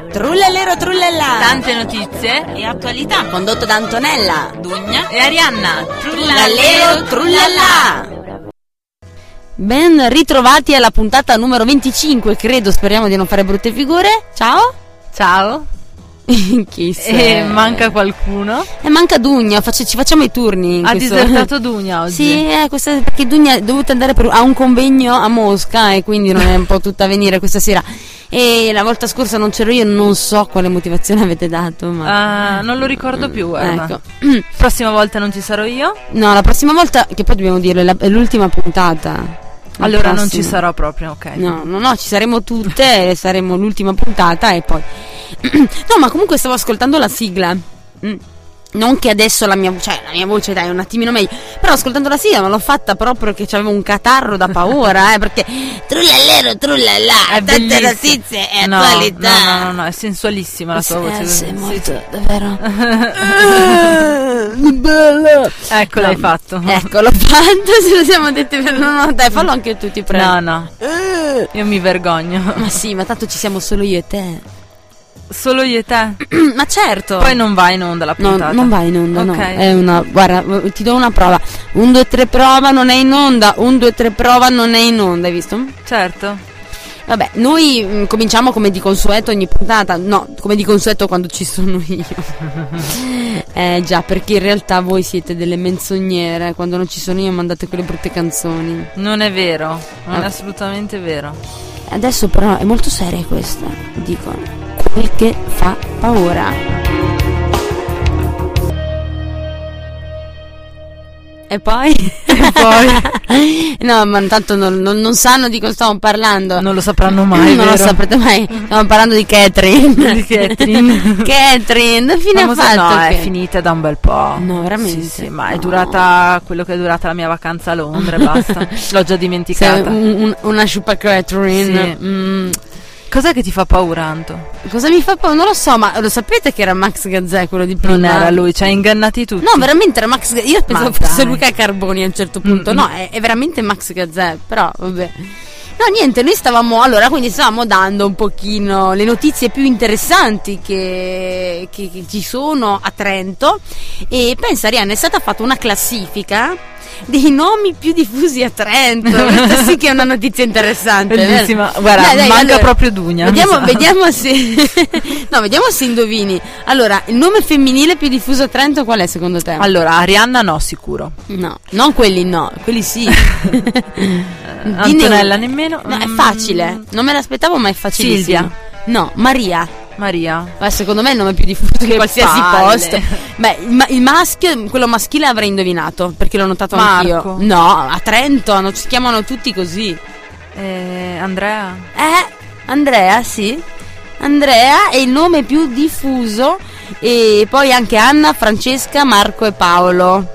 Trullallero trullallà. Tante notizie e attualità, condotto da Antonella, Dugna e Arianna. Trullallero trullallà. Ben ritrovati alla puntata numero 25, credo, speriamo di non fare brutte figure. Ciao. Ciao. Chissà. Manca qualcuno. Manca Dugna, ci facciamo i turni. Ha disertato Dugna oggi. Sì, perché Dugna è dovuta andare a un convegno a Mosca e quindi non è potuta venire questa sera. E la volta scorsa non c'ero io, non so quale motivazione avete dato, ma non lo ricordo più, guarda. Ecco. Prossima volta non ci sarò io? No, la prossima volta, che poi dobbiamo dirlo, è l'ultima puntata. Allora non ci sarò proprio, ok. No, ci saremo tutte, saremo l'ultima puntata e poi no, ma comunque stavo ascoltando la sigla. Non che adesso la mia voce dai un attimino meglio, però ascoltando la sigla, ma l'ho fatta proprio che c'avevo un catarro da paura, perché trullallero trullallà, è tante notizie e no, attualità. No, è sensualissima la tua voce. Sì, molto, davvero. Bella. Ecco, l'hai fatto. Ecco, l'ho fatto, ce lo siamo detti per no, dai, fallo anche tu, ti prego. No. Io mi vergogno. Ma sì, ma tanto ci siamo solo io e te. Solo io e te? Ma certo. Poi non vai in onda la puntata. No, non vai in onda, okay. No. È una, guarda, ti do una prova. 1, 2, 3 prova, non è in onda. 1, 2, 3 prova, non è in onda, hai visto? Certo. Vabbè, noi cominciamo come di consueto ogni puntata. No, come di consueto quando ci sono io. Già, perché in realtà voi siete delle menzognere. Quando non ci sono io mandate quelle brutte canzoni. Non è vero, non è assolutamente vero. Adesso però è molto seria questa, dicono. Quel che fa paura. E poi? No, ma tanto non sanno di cosa stiamo parlando. Non lo sapranno mai. Non lo saprete mai. Stiamo parlando di Catherine. Di Catherine. Catherine, fine ha fatto? No, è finita da un bel po'. No, veramente. Sì, ma è durata quello che è durata la mia vacanza a Londra e basta. L'ho già dimenticata. Una sciupa Catherine. Sì. Cos'è che ti fa paura, Anto? Cosa mi fa paura? Non lo so, ma lo sapete che era Max Gazzè quello di prima? Non era lui, ci ha ingannati tutti. No, veramente era Max Gazzè. Io pensavo fosse Luca Carboni a un certo punto. No, è veramente Max Gazzè, però vabbè. No, niente, noi stavamo dando un pochino le notizie più interessanti che ci sono a Trento. E pensa, Arianna, è stata fatta una classifica dei nomi più diffusi a Trento. Questa sì che è una notizia interessante. Bellissima. Guarda, dai, manca allora, proprio Dugna. Vediamo se indovini. Allora, il nome femminile più diffuso a Trento qual è secondo te? Allora, Arianna no, sicuro. No, non quelli no, quelli sì. Antonella nemmeno. No, è facile. Non me l'aspettavo, ma è facilissimo. Silvia. No, Maria. Ma secondo me è il nome più diffuso di qualsiasi posto. Beh, il maschio, quello maschile avrei indovinato, perché l'ho notato anch'io. No, a Trento si chiamano tutti così. Andrea? Andrea, sì. Andrea è il nome più diffuso. E poi anche Anna, Francesca, Marco e Paolo.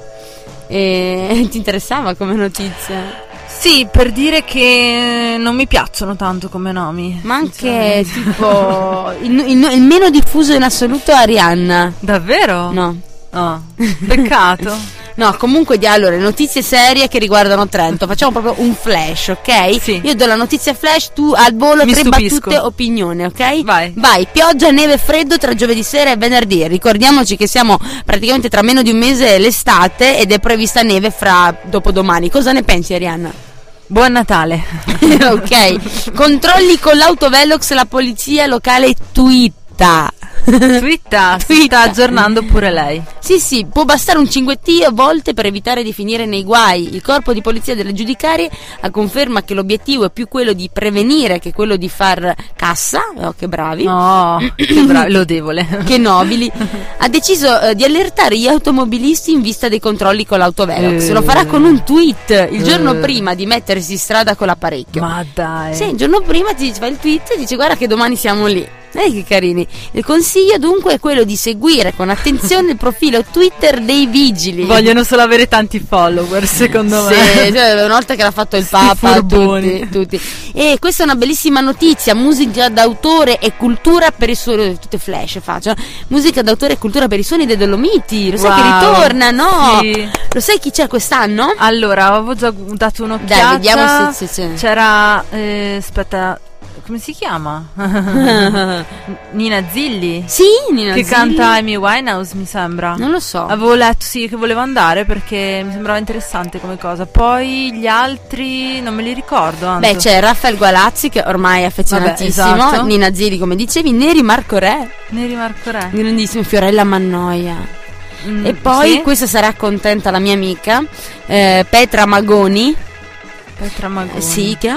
Ti interessava come notizia? Sì, per dire che non mi piacciono tanto come nomi. Ma anche tipo il meno diffuso in assoluto è Arianna. Davvero? No. Oh, peccato. No, comunque allora, notizie serie che riguardano Trento. Facciamo proprio un flash, ok? Sì. Io do la notizia flash, tu al volo 3 battute, opinione, ok? Vai, pioggia, neve e freddo tra giovedì sera e venerdì. Ricordiamoci che siamo praticamente tra meno di un mese l'estate ed è prevista neve fra dopodomani. Cosa ne pensi, Arianna? Buon Natale. Ok. Controlli con l'autovelox, la polizia locale twitta. Sta aggiornando pure lei. Sì, può bastare un cinguettio a volte per evitare di finire nei guai. Il corpo di polizia delle giudicarie conferma che l'obiettivo è più quello di prevenire che quello di far cassa. Oh, che bravi. No, che bravi, lodevole. Che nobili. Ha deciso di allertare gli automobilisti in vista dei controlli con l'autovelox. Lo farà con un tweet il giorno prima di mettersi in strada con l'apparecchio. Ma dai. Sì, il giorno prima ti fa il tweet e dice guarda che domani siamo lì. Che carini. Il consiglio dunque è quello di seguire con attenzione il profilo Twitter dei vigili. Vogliono solo avere tanti follower, secondo me. Sì, cioè, una volta che l'ha fatto il Papa, tutti. E questa è una bellissima notizia. Musica d'autore e cultura per i suoni. Tutte flash faccio. Musica d'autore e cultura per i suoni dei Dolomiti. Lo sai che ritorna, no? Sì. Lo sai chi c'è quest'anno? Allora, avevo già dato un'occhiata. Dai, vediamo se c'era aspetta, come si chiama? Nina Zilli? Sì, Nina che Zilli. canta Amy Winehouse, mi sembra. Non lo so. Avevo letto, sì, che volevo andare perché mi sembrava interessante come cosa. Poi gli altri non me li ricordo. Beh, c'è Raffaele Gualazzi, che ormai è affezionatissimo. Vabbè, esatto. Nina Zilli, come dicevi. Neri Marco Re, grandissimo. Fiorella Mannoia. E poi, sì? questa sarà contenta la mia amica, Petra Magoni. Sì, che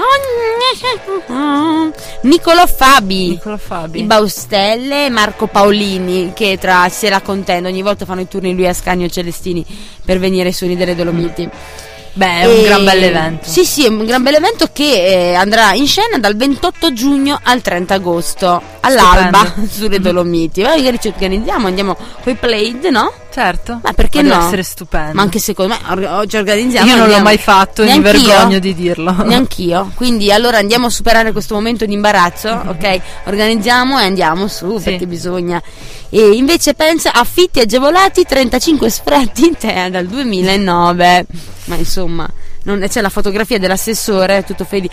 Niccolò Fabi, i Baustelle, Marco Paolini, che se la contendo, ogni volta fanno i turni lui a Scagno Celestini per venire su Ridere Dolomiti. Beh, è un gran bell'evento. Sì, è un gran bell'evento che andrà in scena dal 28 giugno al 30 agosto all'alba sulle Dolomiti. Magari ci organizziamo, andiamo coi Played, no? Certo. Ma perché deve no? essere stupendo. Ma anche secondo me ci organizziamo. Io non l'ho mai fatto e mi vergogno di dirlo. Neanch'io. Quindi allora andiamo a superare questo momento di imbarazzo, ok? Organizziamo e andiamo su, perché bisogna. E invece pensa, affitti agevolati, 35 sfratti dal 2009. Ma insomma, c'è la fotografia dell'assessore, tutto felice.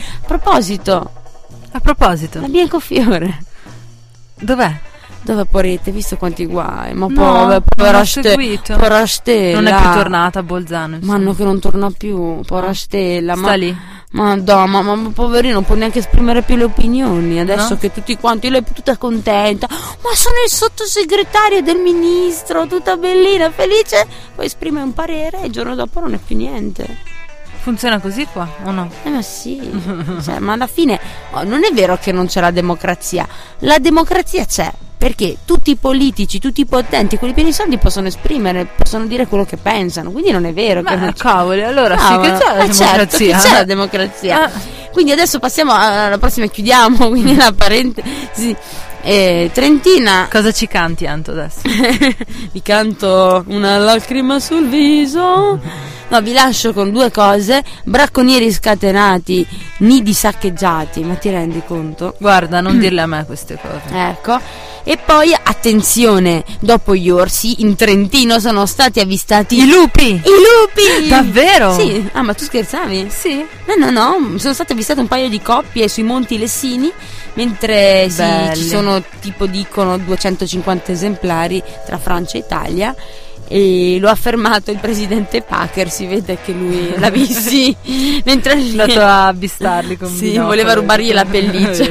A proposito, la Biancofiore dov'è? Dove porrete, visto quanti guai? Ma povera Stella. Non è più tornata a Bolzano. Ma no, che non torna più, povera Stella. Sta lì. Ma poverino, non può neanche esprimere più le opinioni. Adesso che tutti quanti, lei è tutta contenta. Ma sono il sottosegretario del ministro, tutta bellina, felice. Poi esprime un parere e il giorno dopo non è più niente. Funziona così qua o no? Ma sì, ma alla fine non è vero che non c'è la democrazia. La democrazia c'è, perché tutti i politici, tutti i potenti, quelli pieni di soldi possono esprimere, possono dire quello che pensano. Quindi non è vero che non c'è. Cavoli, allora sì che c'è la democrazia. Certo che c'è la democrazia. Quindi adesso passiamo alla prossima e chiudiamo, quindi la parentesi. Trentina. Cosa ci canti, Anto, adesso? Vi canto Una lacrima sul viso. No, vi lascio con due cose: bracconieri scatenati, nidi saccheggiati. Ma ti rendi conto? Guarda, non dirle a me queste cose. Ecco. E poi attenzione, dopo gli orsi in Trentino sono stati avvistati i lupi. Davvero? Sì. Ah, ma tu scherzavi? Sì. No, sono state avvistate un paio di coppie sui Monti Lessini, mentre ci sono, tipo dicono, 250 esemplari tra Francia e Italia. E lo ha affermato il presidente Packer, si vede che lui l'ha visti mentre è andato a avvistarli con voleva rubargli la pelliccia.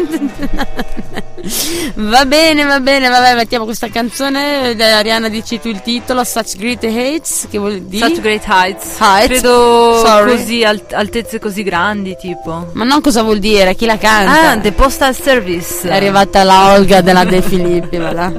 Va bene, mettiamo questa canzone. Ariana, dici tu il titolo. Such Great Heights, che vuol dire? Such Great Heights. Credo così, altezze così grandi, tipo. Ma non cosa vuol dire, chi la canta? The Postal Service. È arrivata la Olga della De Filippi, va là.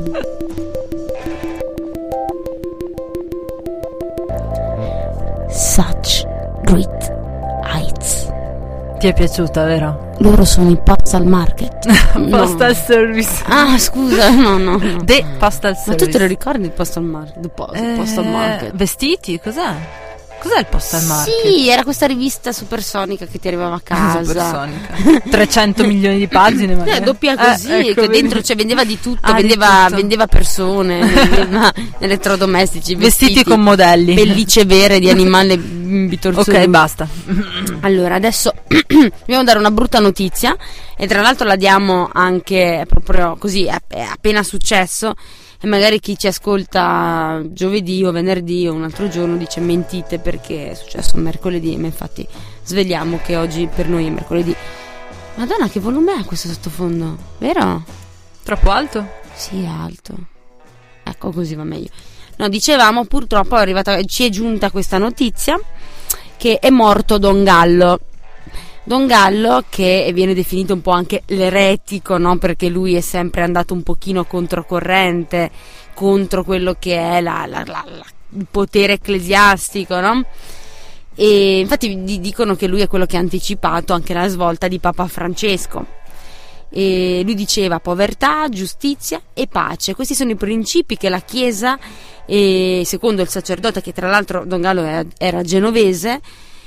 Such Great Heights. Ti è piaciuta, vero? Loro sono i Postal Market. Postal Service. Ah, scusa, no. The Postal Service. Ma tu te lo ricordi il Postal Market? Postal Market. Vestiti, cos'è? Cos'è il Postal Market? Sì, era questa rivista supersonica che ti arrivava a casa. Supersonica. 300 milioni di pagine, magari. Doppia così, ecco, che dentro vendeva di tutto, di vendeva persone, vendeva elettrodomestici, vestiti con modelli, pellicce vere di animali bitorzoni. Ok, basta. Allora, adesso dobbiamo dare una brutta notizia, e tra l'altro la diamo anche proprio così, è appena successo. E magari chi ci ascolta giovedì o venerdì o un altro giorno dice mentite perché è successo mercoledì, ma infatti svegliamo che oggi per noi è mercoledì. Madonna, che volume ha questo sottofondo, vero? Troppo alto? Sì, è alto. Ecco, così va meglio. No, dicevamo, purtroppo ci è giunta questa notizia che è morto Don Gallo. Don Gallo, che viene definito un po' anche l'eretico, no? Perché lui è sempre andato un pochino controcorrente, contro quello che è il potere ecclesiastico, no? E infatti dicono che lui è quello che ha anticipato anche la svolta di Papa Francesco. E lui diceva povertà, giustizia e pace. Questi sono i principi che la Chiesa, secondo il sacerdote, che tra l'altro Don Gallo era genovese,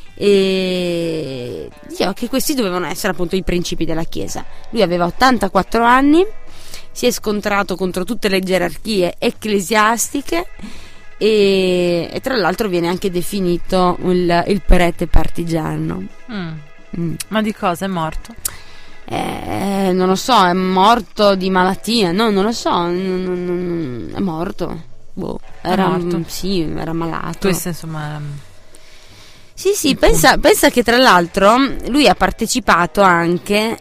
e diceva che questi dovevano essere appunto i principi della Chiesa. Lui aveva 84 anni, si è scontrato contro tutte le gerarchie ecclesiastiche e tra l'altro viene anche definito il prete partigiano. Ma di cosa è morto? non lo so, è morto di malattia, no, non lo so, è morto. Boh, era morto. Sì, era malato. Questo insomma. Sì, pensa che tra l'altro lui ha partecipato anche,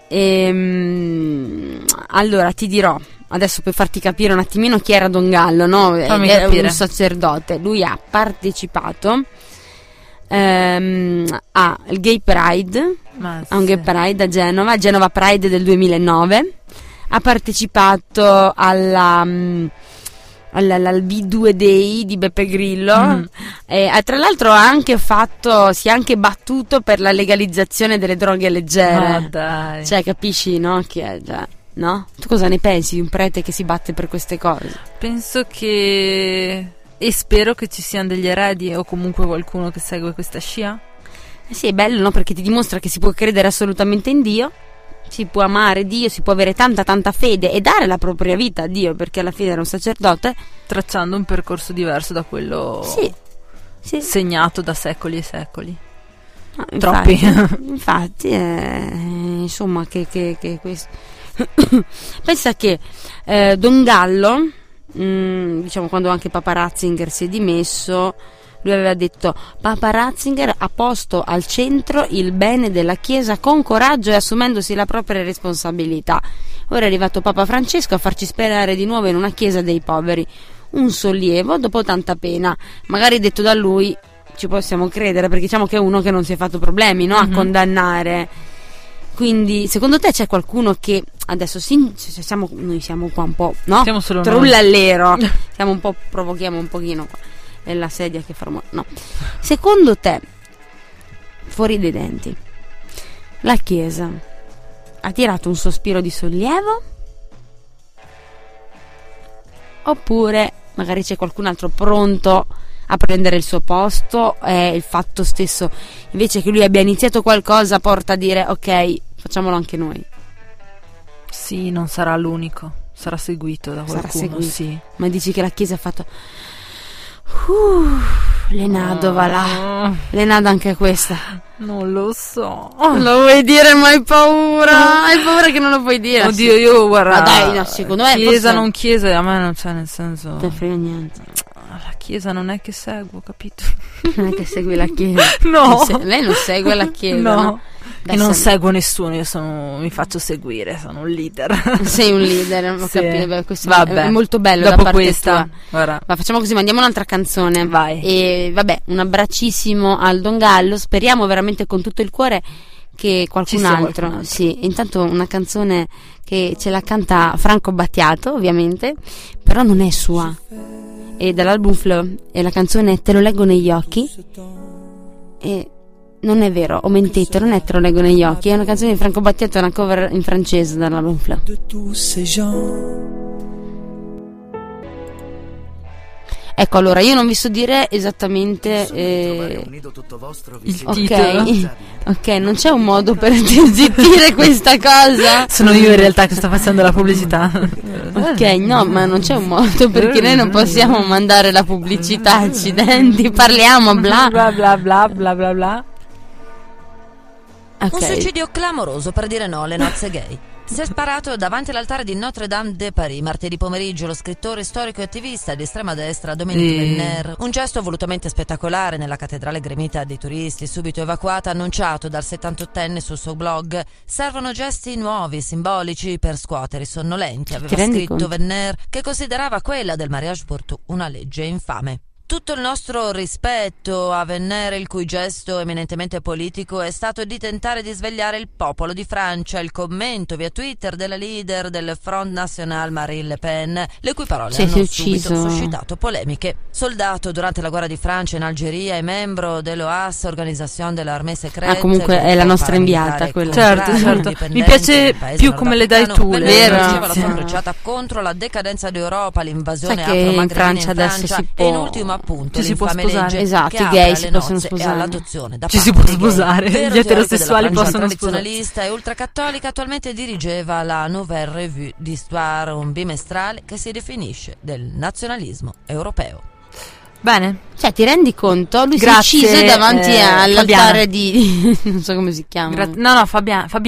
allora ti dirò, adesso per farti capire un attimino chi era Don Gallo, no? Era un sacerdote. Lui ha partecipato al Gay Pride, a un Gay Pride a Genova Pride del 2009. Ha partecipato al V2 Day di Beppe Grillo. Tra l'altro si è anche battuto per la legalizzazione delle droghe leggere. Dai. Cioè, capisci, no? No? Tu cosa ne pensi di un prete che si batte per queste cose? Penso che, e spero che ci siano degli eredi o comunque qualcuno che segue questa scia. Sì, è bello, no? Perché ti dimostra che si può credere assolutamente in Dio, si può amare Dio, si può avere tanta fede e dare la propria vita a Dio, perché alla fine era un sacerdote, tracciando un percorso diverso da quello segnato da secoli e secoli. Troppi. Infatti insomma che questo pensa che Don Gallo, diciamo, quando anche Papa Ratzinger si è dimesso, lui aveva detto: Papa Ratzinger ha posto al centro il bene della Chiesa con coraggio e assumendosi la propria responsabilità. Ora è arrivato Papa Francesco a farci sperare di nuovo in una Chiesa dei poveri. Un sollievo dopo tanta pena. Magari detto da lui ci possiamo credere, perché diciamo che è uno che non si è fatto problemi, no? A condannare. Quindi secondo te c'è qualcuno che adesso noi siamo qua un po', no? Siamo solo trullallero. Siamo un po', provochiamo un pochino qua. È la sedia che faremo. No. Secondo te, fuori dai denti, la Chiesa ha tirato un sospiro di sollievo? Oppure magari c'è qualcun altro pronto a prendere il suo posto, e il fatto stesso, invece che lui abbia iniziato qualcosa, porta a dire: ok, facciamolo anche noi. Sì, non sarà l'unico, sarà seguito da qualcuno. Sì. Ma dici che la Chiesa ha fatto Lenado va là. Lenado anche questa. Non lo so. Lo vuoi dire, ma hai paura. Hai paura che non lo puoi dire. Oddio, io guarda. Ma dai, no, secondo me Chiesa forse non Chiesa, a me non c'è, nel senso. Non te frega niente. La Chiesa non è che seguo, capito? Non è che segui la Chiesa. No. Lei non segue la Chiesa. No. E non seguo nessuno, mi faccio seguire, sono un leader. Sei un leader, ho capito. Beh, questo è molto bello dopo da parte questa, tua. Ma facciamo così, mandiamo un'altra canzone. Vai. E vabbè, un abbracissimo al Don Gallo. Speriamo veramente con tutto il cuore che qualcun altro. Sì, intanto una canzone che ce la canta Franco Battiato, ovviamente, però non è sua. E dall'album Flow, e la canzone Te lo leggo negli occhi. E non è vero, ho mentito, non è Te lo leggo negli occhi, è una canzone di Franco Battiato, è una cover in francese dall'album Flow. Ecco, allora io non vi so dire esattamente il titolo. Ok, non c'è un modo per zittire questa cosa. Sono io in realtà che sto facendo la pubblicità. Ok, no, ma non c'è un modo, perché noi non possiamo mandare la pubblicità, accidenti, parliamo bla bla bla bla bla bla bla. Okay. Un suicidio clamoroso, per dire no alle nozze gay. Si è sparato davanti all'altare di Notre-Dame de Paris martedì pomeriggio lo scrittore storico e attivista di estrema destra Dominique Venner. Un gesto volutamente spettacolare nella cattedrale gremita dei turisti, subito evacuata, annunciato dal 78enne sul suo blog. Servono gesti nuovi, simbolici, per scuotere i sonnolenti, aveva scritto Venner, che considerava quella del mariage pour tous una legge infame. Tutto il nostro rispetto a Venner, il cui gesto eminentemente politico è stato di tentare di svegliare il popolo di Francia. Il commento via Twitter della leader del Front National Marine Le Pen, le cui parole hanno subito suscitato polemiche. Soldato durante la guerra di Francia in Algeria e membro dell'OAS, Organizzazione dell'Armée Secrète. Comunque è la nostra inviata quella. Certo. Mi piace più come le dai tu. Vero. La sua crociata contro la decadenza d'Europa, l'invasione afro-magrebina in Francia e in ultimo appunto ci si può sposare, esatto, i gay si possono sposare, all'adozione da ci si può sposare, gli eterosessuali possono sposare. Tradizionalista e ultracattolica, attualmente dirigeva la Nouvelle Revue d'Histoire, un bimestrale che si definisce del nazionalismo europeo. Bene, cioè ti rendi conto? Lui si è ucciso davanti all'altare di non so come si chiama. No, Fabienne.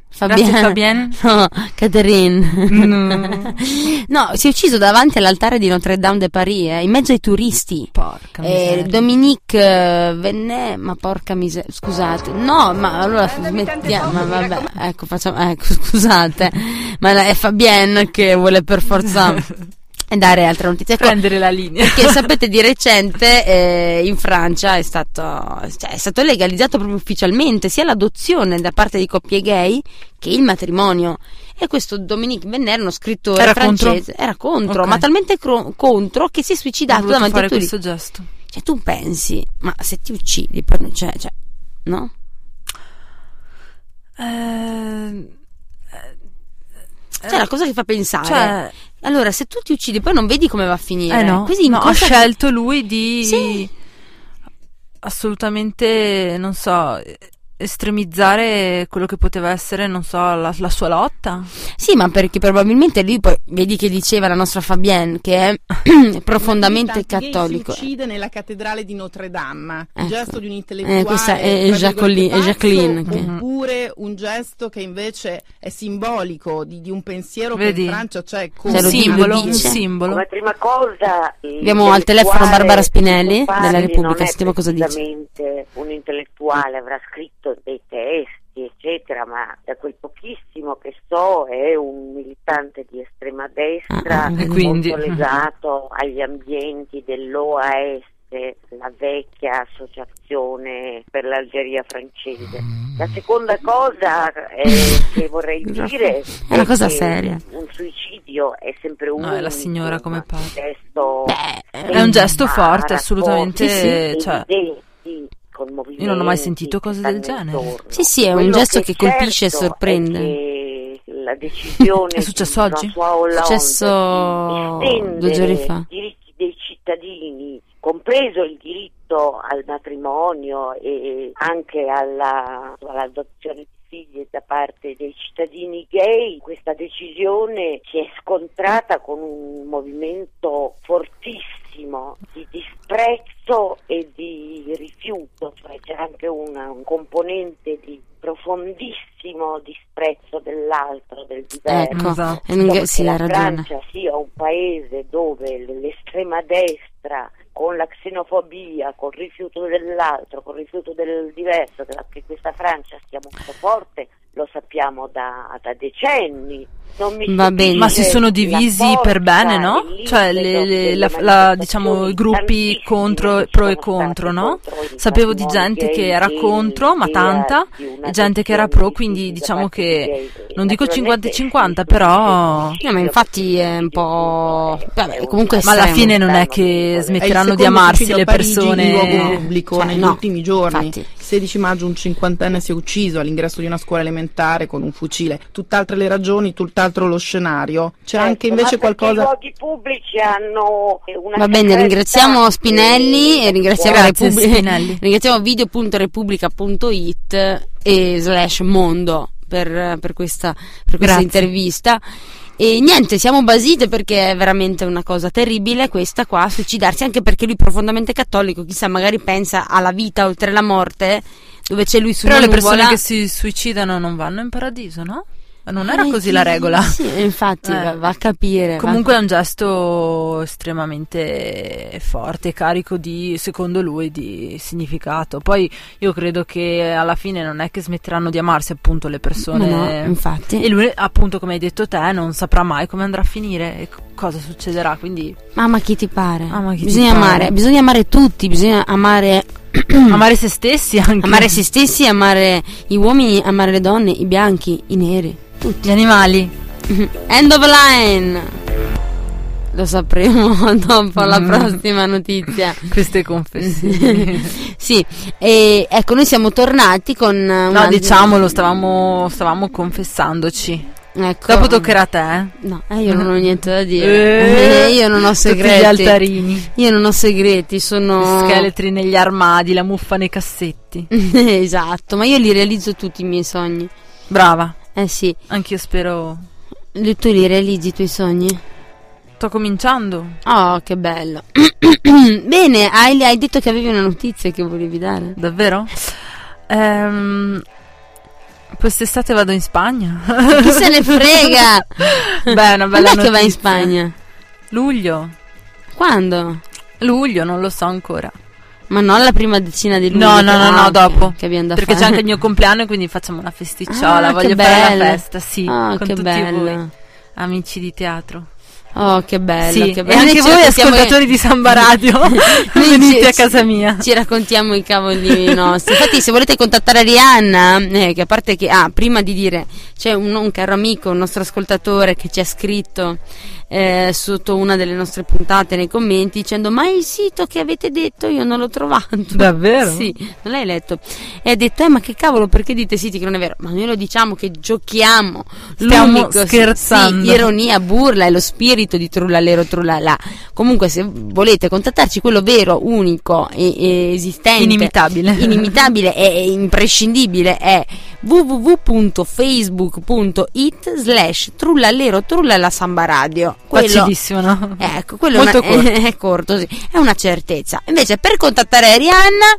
Grazie Fabienne. No, Catherine. No. No, si è ucciso davanti all'altare di Notre Dame de Paris, in mezzo ai turisti. Porca miseria. Dominique Vennet, ma porca miseria, scusate. No, ma allora smettiamo, ma vabbè, ecco, scusate. Ma è Fabienne che vuole per forza dare altre notizie. Prendere la linea. Perché sapete, di recente in Francia è stato legalizzato proprio ufficialmente sia l'adozione da parte di coppie gay che il matrimonio. E questo Dominique Venner, uno scrittore francese, era contro, Okay. ma talmente contro che si è suicidato davanti a fare tutti. questo gesto. Cioè, tu pensi, ma se ti uccidi, poi cioè, no? Cioè, la cosa che fa pensare. Cioè, Allora, se tu ti uccidi, poi non vedi come va a finire. no, Così in no, ha cosa- scelto lui di Sì. assolutamente, non so, estremizzare quello che poteva essere, non so, la sua lotta. Sì, ma perché probabilmente lui poi vedi che diceva la nostra Fabienne che è profondamente Tanti gay cattolico. Si uccide nella cattedrale di Notre Dame, il Ecco. gesto di un intellettuale, Questa è tra Jacqueline- virgolette, Jacqueline pazzo, che- oppure un gesto che invece è simbolico di un pensiero Vedi? che in Francia c'è Ce lo Un dice. simbolo. Come prima cosa Abbiamo al telefono Barbara Spinelli della Repubblica, sentiamo cosa dice. Sicuramente un intellettuale avrà scritto dei testi eccetera, ma da quel pochissimo che so è un militante di estrema destra, E quindi- molto legato agli ambienti dell'OAS, la vecchia associazione per l'Algeria francese. La seconda cosa che vorrei dire È una cosa che seria. un suicidio è sempre un No, è la signora come parla. gesto È un gesto forte, assolutamente, rapporti cioè, evidenti, con movimenti io non ho mai sentito che cose del stanno genere. intorno. Sì, è un Quello gesto che colpisce e certo sorprende. è che la decisione È successo di oggi? François Hollande È successo di estendere 2 giorni fa. i diritti dei cittadini, compreso il diritto al matrimonio e anche all'adozione di figli da parte dei cittadini gay, questa decisione si è scontrata con un movimento fortissimo di disprezzo e di rifiuto, cioè c'è anche un componente di profondissimo disprezzo dell'altro, del diverso. Ecco, Esatto. sì, Che ha la ragione. Francia sia un paese dove l'estrema destra, con la xenofobia, col rifiuto dell'altro, col rifiuto del diverso, che questa Francia sia molto forte, lo sappiamo da decenni. Non mi Va bene. Ma si sono divisi la per bene, forza no? dell'impeto Cioè, delle diciamo, i manifestazioni, gruppi tantissimi contro, che pro e sono contro, stati no? contro il Sapevo di matrimonio gente che gay era e contro, ma l'idea tanta, di una e gente che era adozione pro, di quindi figli da diciamo parte che, di gay. non dico Naturalmente 50-50, il però... suicidio, No, ma infatti è un po'... Vabbè, comunque Ma alla estremo. fine non è che È il smetteranno di secondo amarsi suicidio le a Parigi persone. in luogo pubblico Cioè, negli no, ultimi giorni. infatti. 16 maggio un 50enne si è ucciso all'ingresso di una scuola elementare con un fucile. Tutt'altre le ragioni, tutt'altro lo scenario. C'è anche invece ma perché qualcosa. i luoghi pubblici hanno una Va bene, sacralità ringraziamo Spinelli e ringraziamo Grazie, Spinelli. ringraziamo video.repubblica.it e /mondo per questa Grazie. intervista. E niente, siamo basite perché è veramente una cosa terribile questa qua, suicidarsi, anche perché lui è profondamente cattolico, chissà, magari pensa alla vita oltre la morte, dove c'è lui su Però una le persone nuvola. che si suicidano non vanno in paradiso, no? Non era così la regola. Sì, infatti va a capire. Comunque è un gesto estremamente forte, carico di, secondo lui, di significato. Poi io credo che alla fine non è che smetteranno di amarsi appunto le persone. No, infatti. E lui, appunto, come hai detto te, non saprà mai come andrà a finire e cosa succederà, quindi Ma chi ti pare? Ama chi ti Bisogna pare. bisogna amare tutti, bisogna amare amare se stessi anche. amare se stessi, amare i uomini, amare le donne, i bianchi, i neri, tutti. Gli animali. End of line. Lo sapremo dopo la prossima notizia. Queste confessioni. Sì, e ecco, noi siamo tornati con No, diciamolo, stavamo confessandoci. Ecco. Dopo toccherà a te. No, io non ho niente da dire. Io non ho Tutti gli segreti. altarini. Io non ho segreti, sono Gli scheletri negli armadi, la muffa nei cassetti. Esatto, ma io li realizzo tutti i miei sogni. Brava, Eh sì, anch'io spero. tu li realizzi i tuoi sogni? Sto cominciando. Oh, che bello. Bene, hai detto che avevi una notizia che volevi dare. Davvero? Quest'estate vado in Spagna. Chi se ne frega? Beh, una bella Quando è che vai in notizia. Spagna? Luglio. Quando? Luglio, non lo so ancora. Ma non la prima decina di luglio? No, ok, dopo. Che abbiamo da Perché fare. c'è anche il mio compleanno, quindi facciamo una festiciola. Ah, Voglio che fare bello. la festa, sì, Ah, con che tutti bello. voi, amici di teatro. Oh, che bello, Sì, che e bello. anche Noi ci voi raccontiamo- ascoltatori di Samba Radio, Noi venite ci- a casa mia. Ci raccontiamo i cavoli nostri. Infatti, se volete contattare Rihanna, che a parte che prima di dire, c'è un caro amico, un nostro ascoltatore che ci ha scritto sotto una delle nostre puntate nei commenti dicendo: ma il sito che avete detto io non l'ho trovato. Davvero? Sì, non l'hai letto. E ha detto: ma che cavolo, perché dite siti che non è vero? Ma noi lo diciamo che giochiamo. Stiamo L'unico- scherzando. Sì, ironia, burla, è lo spirito di Trullalero Trullala. Comunque, se volete contattarci, quello vero, unico e esistente, inimitabile e imprescindibile è www.facebook.it/Trullalero Trullala Samba Radio. Facilissimo, no? Ecco, quello Molto corto. è corto, sì, è una certezza. Invece, per contattare Arianna,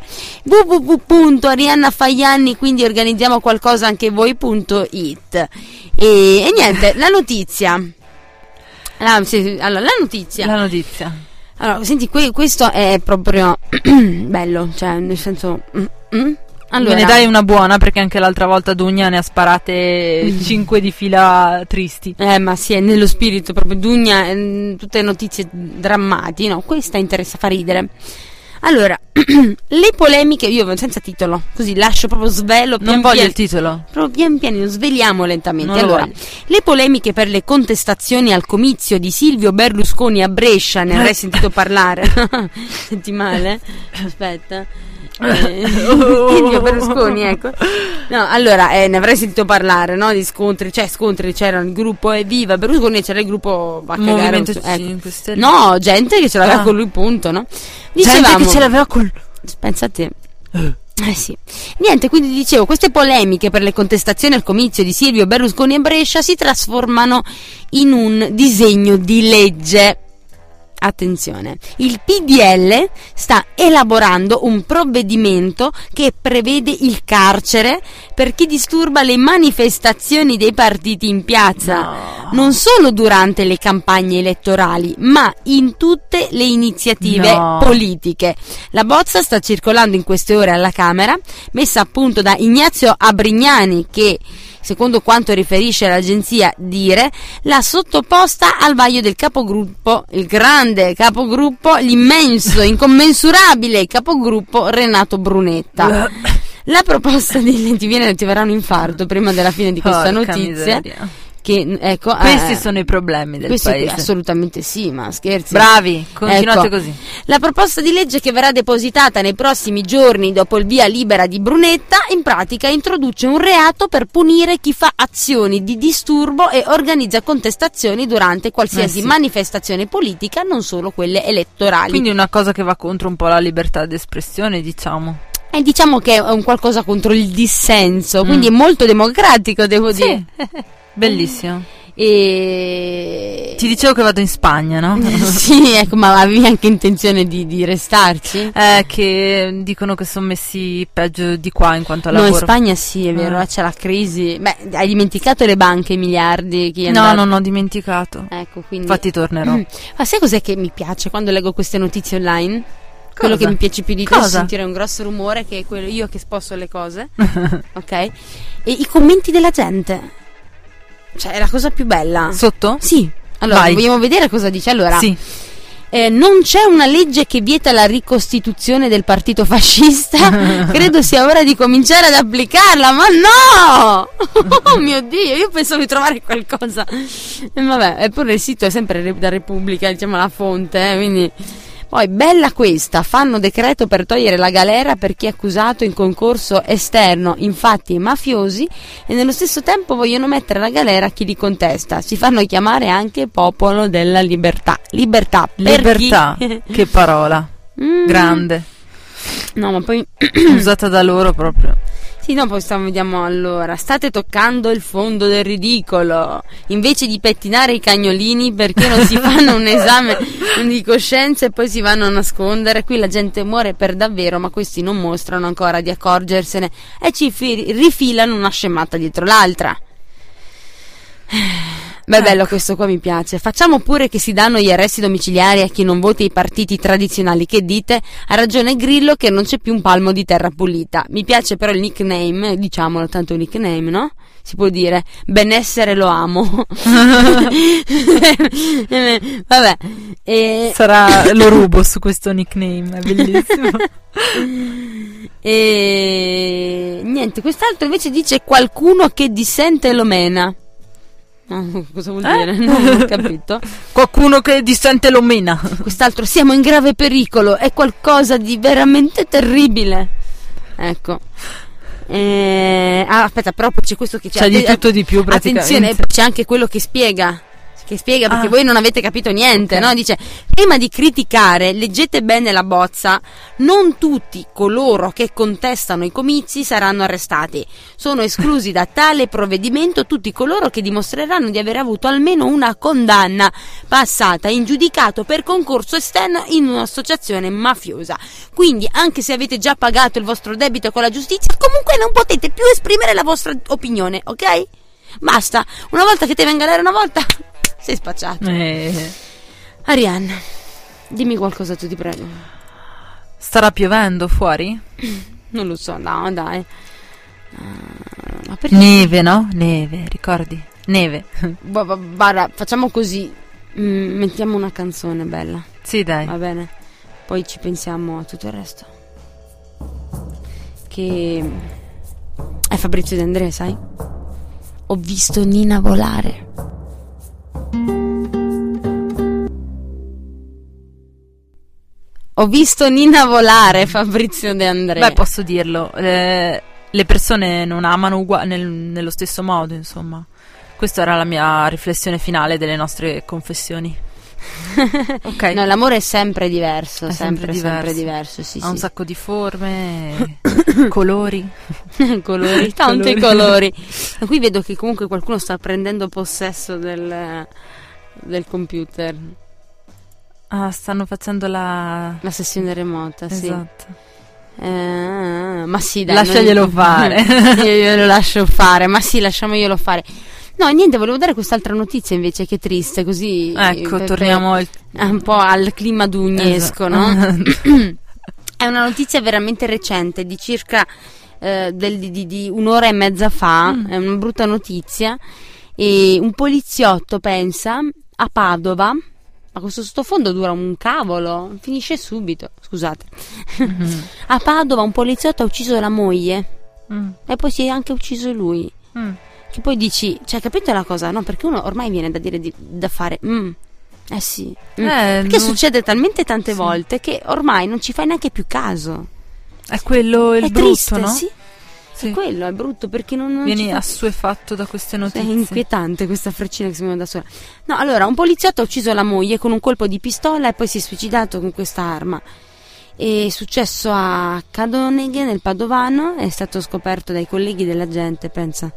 www.ariannafaianni, quindi organizziamo qualcosa anche voi.it. E niente, la notizia. Allora, la notizia. La notizia. Allora, senti, questo è proprio bello, cioè, nel senso. Allora, Me ne dai una buona, perché anche l'altra volta Dugna ne ha sparate 5 di fila tristi. ma sì, è nello spirito proprio Dugna, tutte notizie drammatiche, no? Questa fa ridere. Allora, le polemiche, io senza titolo, così lascio proprio svelo. Non voglio il titolo. Proprio pian pianino, sveliamo lentamente. Non lo Allora, voglio. le polemiche per le contestazioni al comizio di Silvio Berlusconi a Brescia, ne avrai sentito parlare? Senti male? Aspetta. Silvio Berlusconi, ecco. No, allora, ne avrei sentito parlare, no? Di scontri, c'erano il gruppo Evviva Berlusconi e c'era il gruppo Va a cagare. Movimento ecco. 5 Stelle. No, gente che ce l'aveva con lui, punto, no? Gente che ce l'aveva con... Pensa a te. Sì. Niente, quindi dicevo, queste polemiche per le contestazioni al comizio di Silvio Berlusconi a Brescia si trasformano in un disegno di legge. Attenzione, il PDL sta elaborando un provvedimento che prevede il carcere per chi disturba le manifestazioni dei partiti in piazza, non solo durante le campagne elettorali, ma in tutte le iniziative politiche. La bozza sta circolando in queste ore alla Camera, messa a punto da Ignazio Abrignani, che, secondo quanto riferisce l'agenzia Dire, l'ha sottoposta al vaglio del capogruppo, il grande capogruppo, l'immenso, incommensurabile capogruppo Renato Brunetta. La proposta di ti verrà un infarto prima della fine di questa Porca notizia. miseria. Che, ecco, Questi sono i problemi del paese. Assolutamente sì, ma scherzi. Bravi, continuate Ecco, così. La proposta di legge che verrà depositata nei prossimi giorni dopo il via libera di Brunetta, in pratica introduce un reato per punire chi fa azioni di disturbo e organizza contestazioni durante qualsiasi manifestazione politica, non solo quelle elettorali. Quindi una cosa che va contro un po' la libertà d'espressione, diciamo. E diciamo che è un qualcosa contro il dissenso, quindi è molto democratico, devo dire. Bellissimo. E Ti dicevo che vado in Spagna, no? sì, ecco, ma avevi anche intenzione di restarci? Che dicono che sono messi peggio di qua in quanto a No, lavoro. in Spagna sì, è vero, c'è la crisi. Beh, hai dimenticato le banche, i miliardi? Chi è No, andato? non ho dimenticato. Ecco, quindi... Infatti tornerò. Ma sai cos'è che mi piace quando leggo queste notizie online? Quello che mi piace più di te è sentire un grosso rumore, che è quello io che sposto le cose, ok? E i commenti della gente. Cioè, è la cosa più bella. Sotto? Sì. Allora, Vai. vogliamo vedere cosa dice? Allora, Sì. non c'è una legge che vieta la ricostituzione del partito fascista. Credo sia ora di cominciare ad applicarla. Ma no! Oh mio Dio, io pensavo di trovare qualcosa. E vabbè, eppure il sito è sempre da Repubblica, diciamo la fonte, quindi... Poi, bella questa, fanno decreto per togliere la galera per chi è accusato in concorso esterno, infatti mafiosi, e nello stesso tempo vogliono mettere la galera chi li contesta. Si fanno chiamare anche popolo della libertà. Libertà. Per chi? Che parola. Grande. No, ma poi... Usata da loro proprio. Sì, no, poi vediamo allora. State toccando il fondo del ridicolo. Invece di pettinare i cagnolini, perché non si fanno un esame di coscienza e poi si vanno a nascondere? Qui la gente muore per davvero, ma questi non mostrano ancora di accorgersene e ci rifilano una scemata dietro l'altra. Beh, bello questo qua, mi piace. Facciamo pure che si danno gli arresti domiciliari a chi non vota i partiti tradizionali. Che dite? Ha ragione Grillo che non c'è più un palmo di terra pulita. Mi piace però il nickname, diciamolo, tanto nickname, no? Si può dire benessere lo amo. Vabbè. Lo rubo su questo nickname, è bellissimo. E niente, quest'altro invece dice qualcuno che dissente lo mena. Cosa vuol dire? Non ho capito. Qualcuno che dissente lo mena. Quest'altro, siamo in grave pericolo, è qualcosa di veramente terribile. Ecco. Aspetta, però c'è questo che c'è di tutto di più praticamente. Attenzione, c'è anche quello che spiega perché voi non avete capito niente, okay. No? Dice: prima di criticare, leggete bene la bozza. Non tutti coloro che contestano i comizi saranno arrestati. Sono esclusi da tale provvedimento tutti coloro che dimostreranno di aver avuto almeno una condanna passata in giudicato per concorso esterno in un'associazione mafiosa. Quindi, anche se avete già pagato il vostro debito con la giustizia, comunque non potete più esprimere la vostra opinione, ok? Basta. Una volta che te venga a galera una volta, sei spacciato. Arianna, dimmi qualcosa, tu, ti prego. Starà piovendo fuori? Non lo so, no, dai. Neve, no? Neve, ricordi? Neve. Guarda, facciamo così. Mettiamo una canzone bella. Sì, dai. Va bene. Poi ci pensiamo a tutto il resto. Che è Fabrizio De André, sai? Ho visto Nina volare. Ho visto Nina volare, Fabrizio De André. Beh, posso dirlo. Le persone non amano nello stesso modo, insomma. Questa era la mia riflessione finale delle nostre confessioni. Ok. No, l'amore è sempre diverso. È sempre diverso. Sì, ha un sacco di forme, colori. Tanti colori. E qui vedo che comunque qualcuno sta prendendo possesso del computer. Stanno facendo la sessione remota, sì. Esatto. Ma sì, dai. Lasciaglielo fare. Io lo lascio fare, ma sì, lasciamoglielo fare. No, niente, volevo dare quest'altra notizia invece, che è triste, così. Ecco, torniamo un po' al clima dugnesco, no? È una notizia veramente recente, di circa di un'ora e mezza fa, è una brutta notizia. E un poliziotto, pensa, a Padova. Ma questo sottofondo dura un cavolo, finisce subito, scusate. A Padova un poliziotto ha ucciso la moglie e poi si è anche ucciso lui. Che poi dici, cioè, capito la cosa? No, perché uno ormai viene da dire da fare sì. Perché succede talmente tante volte che ormai non ci fai neanche più caso. È quello il brutto, triste, no? Sì. Sì. Quello è brutto perché non vieni assuefatto da queste notizie. È inquietante questa freccina che si muove da sola. No, allora, un poliziotto ha ucciso la moglie con un colpo di pistola e poi si è suicidato con questa arma. È successo a Cadoneghe, nel Padovano, è stato scoperto dai colleghi della gente, pensa.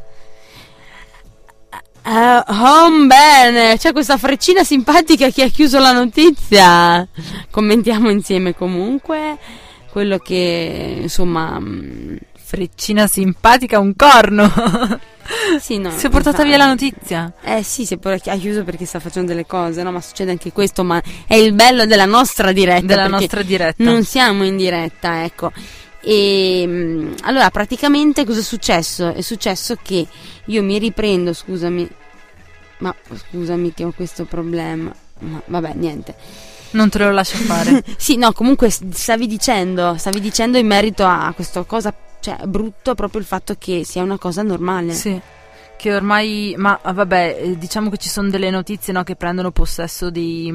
Bene, c'è questa freccina simpatica che ha chiuso la notizia. Commentiamo insieme comunque quello che, insomma, freccina simpatica, un corno. Sì, no, si è portata via la notizia. Sì, ha chiuso perché sta facendo delle cose, no? Ma succede anche questo, ma è il bello della nostra diretta. Non siamo in diretta, ecco. E allora, praticamente cosa è successo? È successo che io mi riprendo, scusami che ho questo problema, ma vabbè, niente. Non te lo lascio fare. Sì, no, comunque stavi dicendo in merito a questa cosa, cioè brutto proprio il fatto che sia una cosa normale. Sì, che ormai, ma vabbè, diciamo che ci sono delle notizie, no, che prendono possesso dei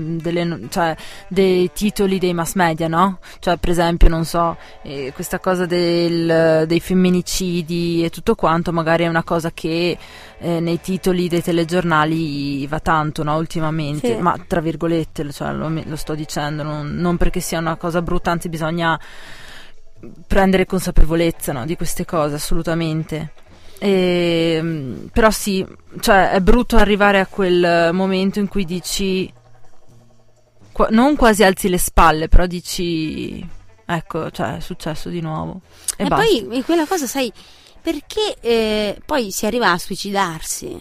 titoli dei mass media, no? Cioè, per esempio, non so, questa cosa dei femminicidi e tutto quanto, magari è una cosa che nei titoli dei telegiornali va tanto, no, ultimamente, sì. Ma tra virgolette, cioè, lo sto dicendo, non perché sia una cosa brutta, anzi bisogna prendere consapevolezza, no, di queste cose, assolutamente. Però sì, cioè è brutto arrivare a quel momento in cui dici, non quasi alzi le spalle, però dici, ecco, cioè è successo di nuovo. E poi quella cosa, sai, perché poi si arriva a suicidarsi?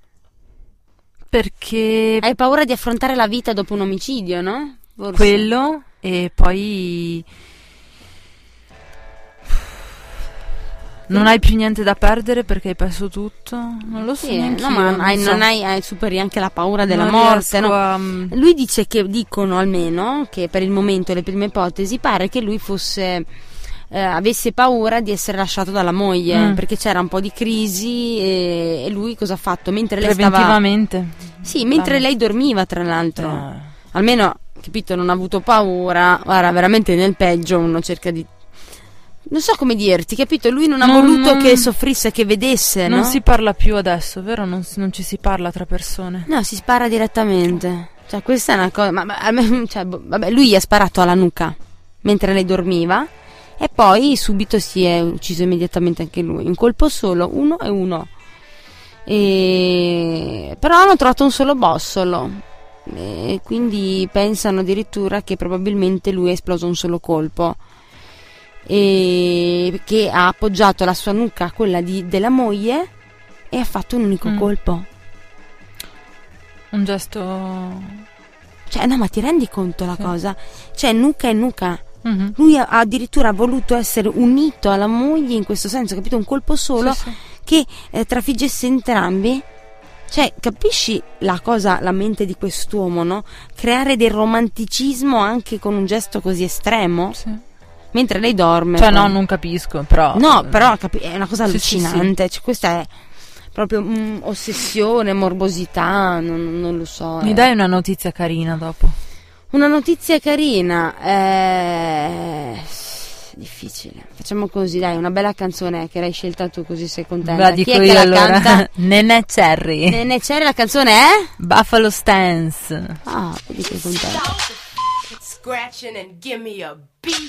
Perché hai paura di affrontare la vita dopo un omicidio, no? Forse. Quello, e poi non hai più niente da perdere perché hai perso tutto. Non lo so, no, ma superi anche la paura della morte, no? Lui dice che dicono almeno che per il momento, le prime ipotesi, pare che lui fosse avesse paura di essere lasciato dalla moglie, perché c'era un po' di crisi e lui cosa ha fatto? Mentre lei preventivamente mentre lei dormiva, tra l'altro, almeno, capito, non ha avuto paura. Guarda, veramente nel peggio uno cerca di, non so come dirti, capito? Lui non ha voluto che soffrisse, che vedesse, non no? si parla più adesso, vero? Non ci si parla tra persone. No, si spara direttamente. Cioè, questa è una cosa, vabbè, lui gli ha sparato alla nuca mentre lei dormiva e poi subito si è ucciso immediatamente anche lui. Un colpo solo, uno. Però hanno trovato un solo bossolo. E quindi pensano addirittura che probabilmente lui ha esploso un solo colpo e che ha appoggiato la sua nuca a quella della moglie e ha fatto un unico colpo. Un gesto, cioè, no, ma ti rendi conto la cosa? Cioè, nuca e nuca. Lui ha addirittura voluto essere unito alla moglie in questo senso, capito? Un colpo solo che trafiggesse entrambi. Cioè, capisci la cosa, la mente di quest'uomo, no? Creare del romanticismo anche con un gesto così estremo, mentre lei dorme. Cioè, no, non capisco, però. No, però è una cosa allucinante. Cioè, questa è proprio ossessione, morbosità, non lo so. Mi dai una notizia carina dopo? Una notizia carina, difficile. Facciamo così, dai, una bella canzone che l'hai scelta tu, così sei contenta. La dico Chi è io che allora? La canta? Nenè Cherry. Nenè Cherry, la canzone è? Buffalo Stance. Ah, vedi che contenta. Scratching and give me a beat.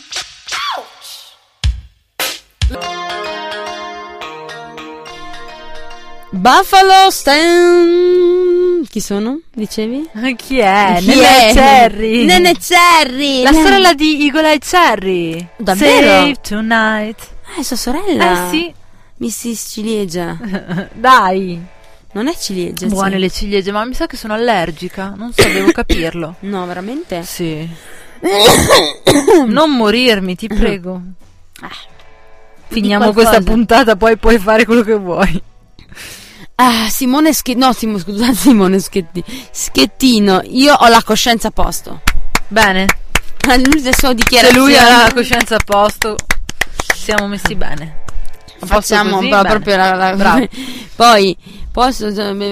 Buffalo Stance. Chi sono? Dicevi? Chi è? Chi Nenè è? Cherry. Nenè Cherry. La sorella di Eagle Eye Cherry. Davvero? Save Tonight. È sua sorella? Sì. Mrs. Ciliegia. Dai. Non è ciliegia? Buone le ciliegie, ma mi sa che sono allergica. Non so, devo capirlo. No, veramente? Sì. Non morirmi, ti prego. Finiamo questa puntata, poi puoi fare quello che vuoi. Simone Schettino, io ho la coscienza a posto. Bene. L'ultima sua dichiarazione. Se lui ha la coscienza a posto, siamo messi bene. Facciamo così, proprio bravo. Poi posso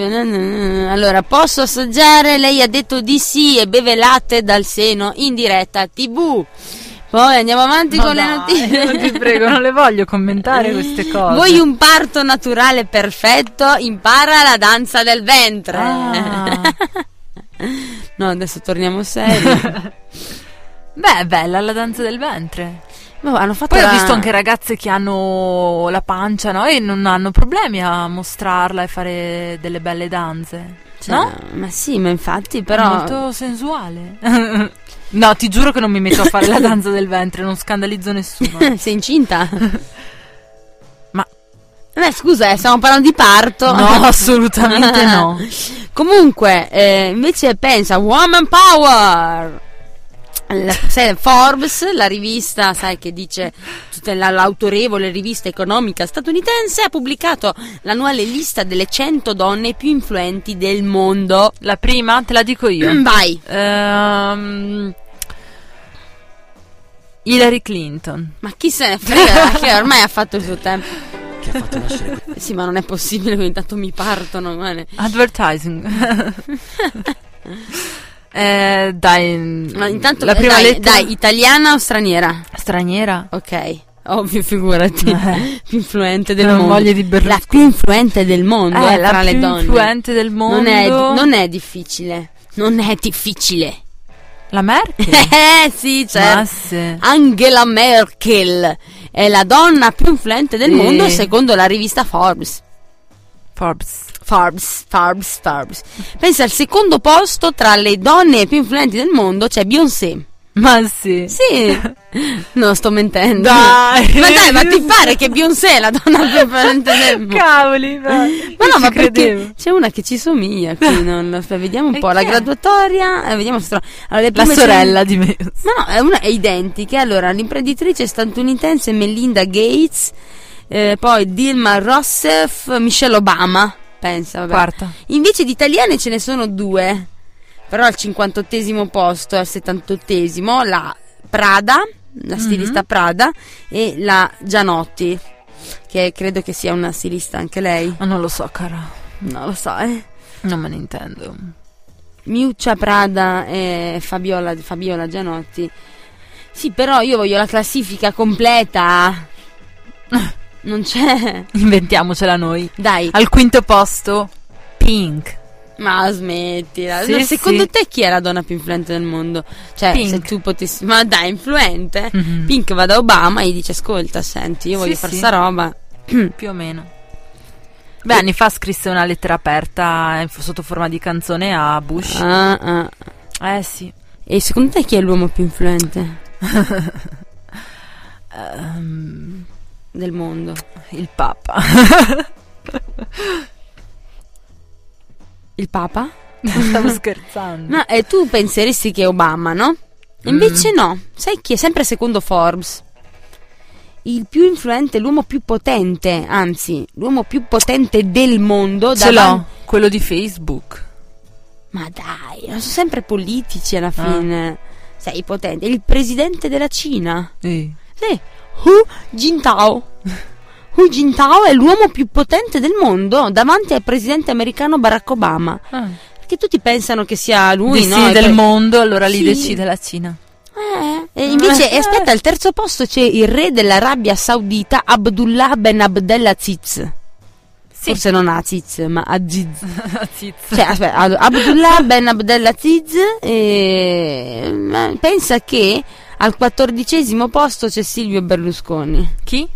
assaggiare? Lei ha detto di sì e beve latte dal seno in diretta TV. Poi andiamo avanti con le notizie. Non ti prego, non le voglio commentare queste cose. Vuoi un parto naturale perfetto? Impara la danza del ventre. No, adesso torniamo seri. Beh, è bella la danza del ventre. Hanno fatto Poi ho visto anche ragazze che hanno la pancia, no? E non hanno problemi a mostrarla e fare delle belle danze, cioè, no? Ma sì, ma infatti, però è molto sensuale. No, ti giuro che non mi metto a fare la danza del ventre, non scandalizzo nessuno. Sei incinta? Ma scusa, stiamo parlando di parto. No, assolutamente no. Comunque, invece pensa, Woman Power. Forbes, la rivista, sai, che dice l'autorevole rivista economica statunitense, ha pubblicato l'annuale lista delle 100 donne più influenti del mondo. La prima te la dico io. Vai. Hillary Clinton. Ma chi se ne frega, che ormai ha fatto il suo tempo. Che ha fatto nascere. Sì, ma non è possibile che intanto mi partono. Advertising. Dai, no, intanto la prima lettera. Dai, italiana o straniera? Straniera. Ok, ovvio, figurati. Più influente del non mondo. Moglie di Berlusconi. La più influente del mondo, la tra le donne. La più influente del mondo. Non è difficile. Non è difficile. La Merkel? Sì, certo. Sì. Angela Merkel. è la donna più influente del mondo secondo la rivista Forbes. Pensa, al secondo posto tra le donne più influenti del mondo c'è Beyoncé. Ma sì. Sì. No, sto mentendo. Dai. Ma ti pare che Beyoncé è la donna più influente del mondo? Cavoli, ma no, perché c'è una che ci somiglia qui, vediamo un po' la graduatoria, vediamo se allora, la sorella di me. No, una è identica. Allora, l'imprenditrice statunitense Melinda Gates, poi Dilma Rousseff, Michelle Obama, pensa, vabbè. Quarta. Invece di italiane ce ne sono 2. Però al 58esimo posto e al 78esimo la Prada, la stilista Prada, e la Gianotti, che credo che sia una stilista anche lei. Ma non lo so, cara. Non lo so, Non me ne intendo. Miuccia Prada e Fabiola Gianotti. Sì, però io voglio la classifica completa. Non c'è. Inventiamocela noi. Dai. Al quinto posto, Pink. Ma smettila. Sì, secondo te chi è la donna più influente del mondo? Cioè, Pink. se tu potessi. Ma dai, influente? Pink va da Obama e gli dice: ascolta, senti, io voglio fare sta roba. Più o meno. Beh, anni fa scrisse una lettera aperta sotto forma di canzone a Bush. Sì. E secondo te chi è l'uomo più influente del mondo? Il Papa. Il Papa? Stavo scherzando. No, e tu penseresti che è Obama, no? Invece no. Sai chi è? Sempre secondo Forbes. Il più influente, l'uomo più potente, anzi, l'uomo più potente del mondo. Ce l'ho, quello di Facebook. Ma dai, sono sempre politici alla fine. Sei potente. Il presidente della Cina. Sì. Hu Jintao. Hu Jintao è l'uomo più potente del mondo davanti al presidente americano Barack Obama. Perché tutti pensano che sia lui, no? Del mondo, allora lì decide la Cina. E invece, aspetta, al terzo posto c'è il re dell'Arabia Saudita Abdullah Ben Abdelaziz. Forse non Aziz, ma Aziz. Cioè, aspetta, Abdullah Ben Abdelaziz, pensa che al 14esimo posto c'è Silvio Berlusconi. Chi?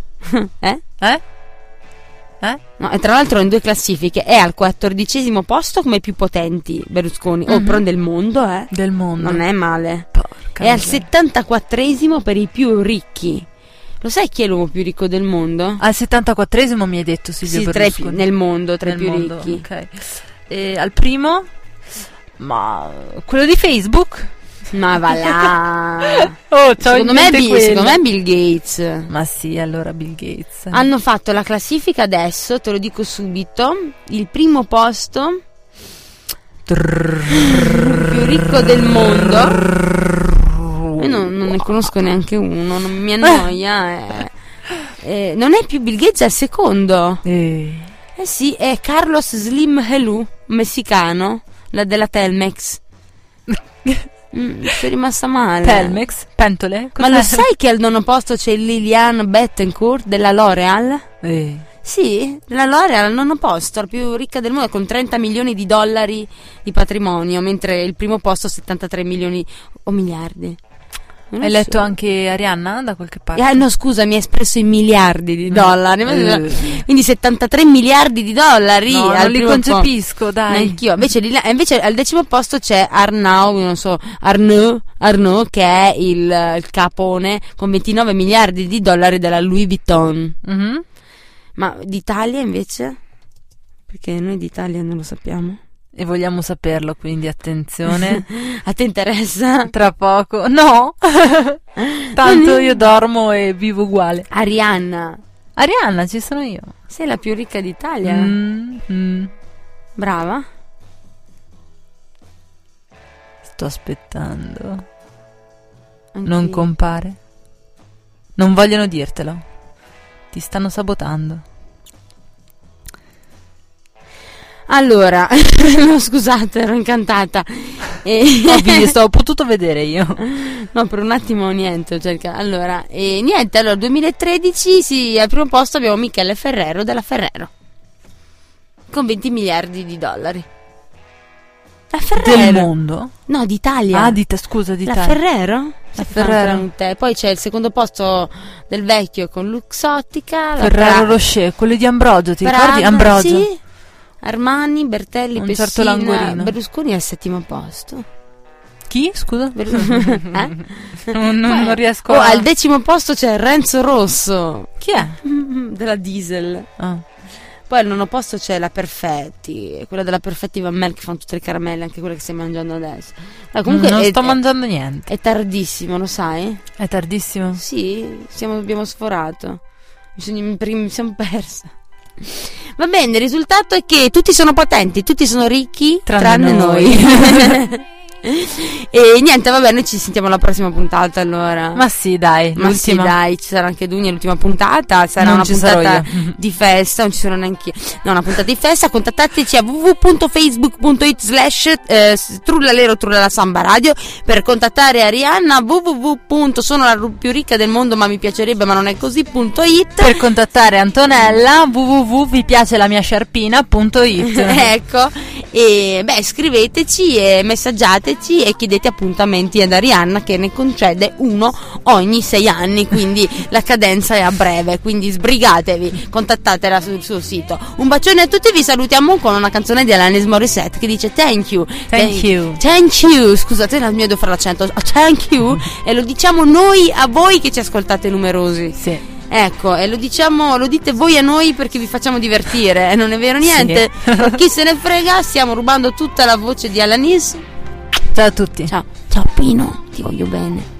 No, e tra l'altro in 2 classifiche è al 14esimo posto come più potenti Berlusconi. Però del mondo, Del mondo. non è male. Porca È al miseria. 74esimo per i più ricchi. Lo sai chi è l'uomo più ricco del mondo? Al 74esimo mi hai detto Silvio Berlusconi. Nel mondo, tra i Nel più mondo, ricchi. ok. E al primo? Ma quello di Facebook? Ma va là. Secondo me è Bill Gates. Ma sì, allora Bill Gates. Hanno fatto la classifica adesso, te lo dico subito. Il primo posto più ricco del mondo. Io non ne conosco neanche uno, non mi annoia. Non è più Bill Gates, è il secondo. Sì, è Carlos Slim Helú, messicano, la della Telmex. Sei rimasta male. Telmex? Pentole? Ma lo sai che al nono posto c'è Liliane Bettencourt della L'Oreal? Sì, la L'Oreal al nono posto, la più ricca del mondo, con 30 milioni di dollari di patrimonio, mentre il primo posto 73 milioni o miliardi. Hai letto anche Arianna da qualche parte? No, scusa, mi ha espresso in miliardi di dollari. Quindi 73 miliardi di dollari. No, non li concepisco, dai. Anch'io. Invece al decimo posto c'è Arnaud, che è il capone con 29 miliardi di dollari della Louis Vuitton. Ma d'Italia invece? Perché noi d'Italia non lo sappiamo. E vogliamo saperlo, quindi attenzione. A te interessa? Tra poco. No. Tanto io dormo e vivo uguale. Arianna, ci sono io. sei la più ricca d'Italia. Brava. Sto aspettando. Anch'io. Non compare. Non vogliono dirtelo. Ti stanno sabotando. Allora, no, scusate, ero incantata. Stavo potuto vedere io. No, per un attimo niente, ho cercato. Allora, niente, 2013 sì, al primo posto abbiamo Michele Ferrero della Ferrero con 20 miliardi di dollari. La Ferrero. Del mondo? No, d'Italia. Scusa, La d'Italia. Ferrero? La Ferrero. Poi c'è il secondo posto del vecchio con Luxottica. Ferrero Rocher, quelli di Ambrogio, ti ricordi? Ambrogio. Sì. Armani, Bertelli, Un Pessina. certo Langolino. Berlusconi è al 7° posto. Chi? Scusa? Non riesco al 10° posto c'è Renzo Rosso. Chi è? Della Diesel. Ah. Poi al 9° posto c'è la Perfetti, quella della Perfetti Van Mel, che fanno tutte le caramelle, anche quelle che stai mangiando adesso. Ma comunque non sto mangiando niente. È tardissimo, lo sai? È tardissimo? Sì, abbiamo sforato. Mi sono persa. Va bene, il risultato è che tutti sono potenti, tutti sono ricchi, tranne noi. E niente, vabbè, noi ci sentiamo alla prossima puntata allora. Ma sì, dai, l'ultima. Sì, dai, ci sarà anche Dunia l'ultima puntata. Sarà non una ci puntata di festa. Non ci sono neanche io. No, una puntata di festa. Contattateci a www.facebook.it/trullalero trullala samba radio per contattare Arianna. www.sono la più ricca del mondo ma mi piacerebbe ma non è così.it per contattare Antonella. www.vipiacelamia-sciarpina.it. Ecco, e beh, scriveteci e messaggiateci e chiedete appuntamenti ad Arianna, che ne concede uno ogni 6 anni, quindi la cadenza è a breve, quindi sbrigatevi, contattatela sul suo sito. Un bacione a tutti, vi salutiamo con una canzone di Alanis Morissette che dice thank you, scusate, il mio devo fare l'accento, thank you, e lo diciamo noi a voi che ci ascoltate numerosi. Sì. Ecco, e lo dite voi a noi perché vi facciamo divertire, non è vero niente? Sì. Chi se ne frega, stiamo rubando tutta la voce di Alanis. Ciao a tutti. Ciao Pino, ti voglio bene.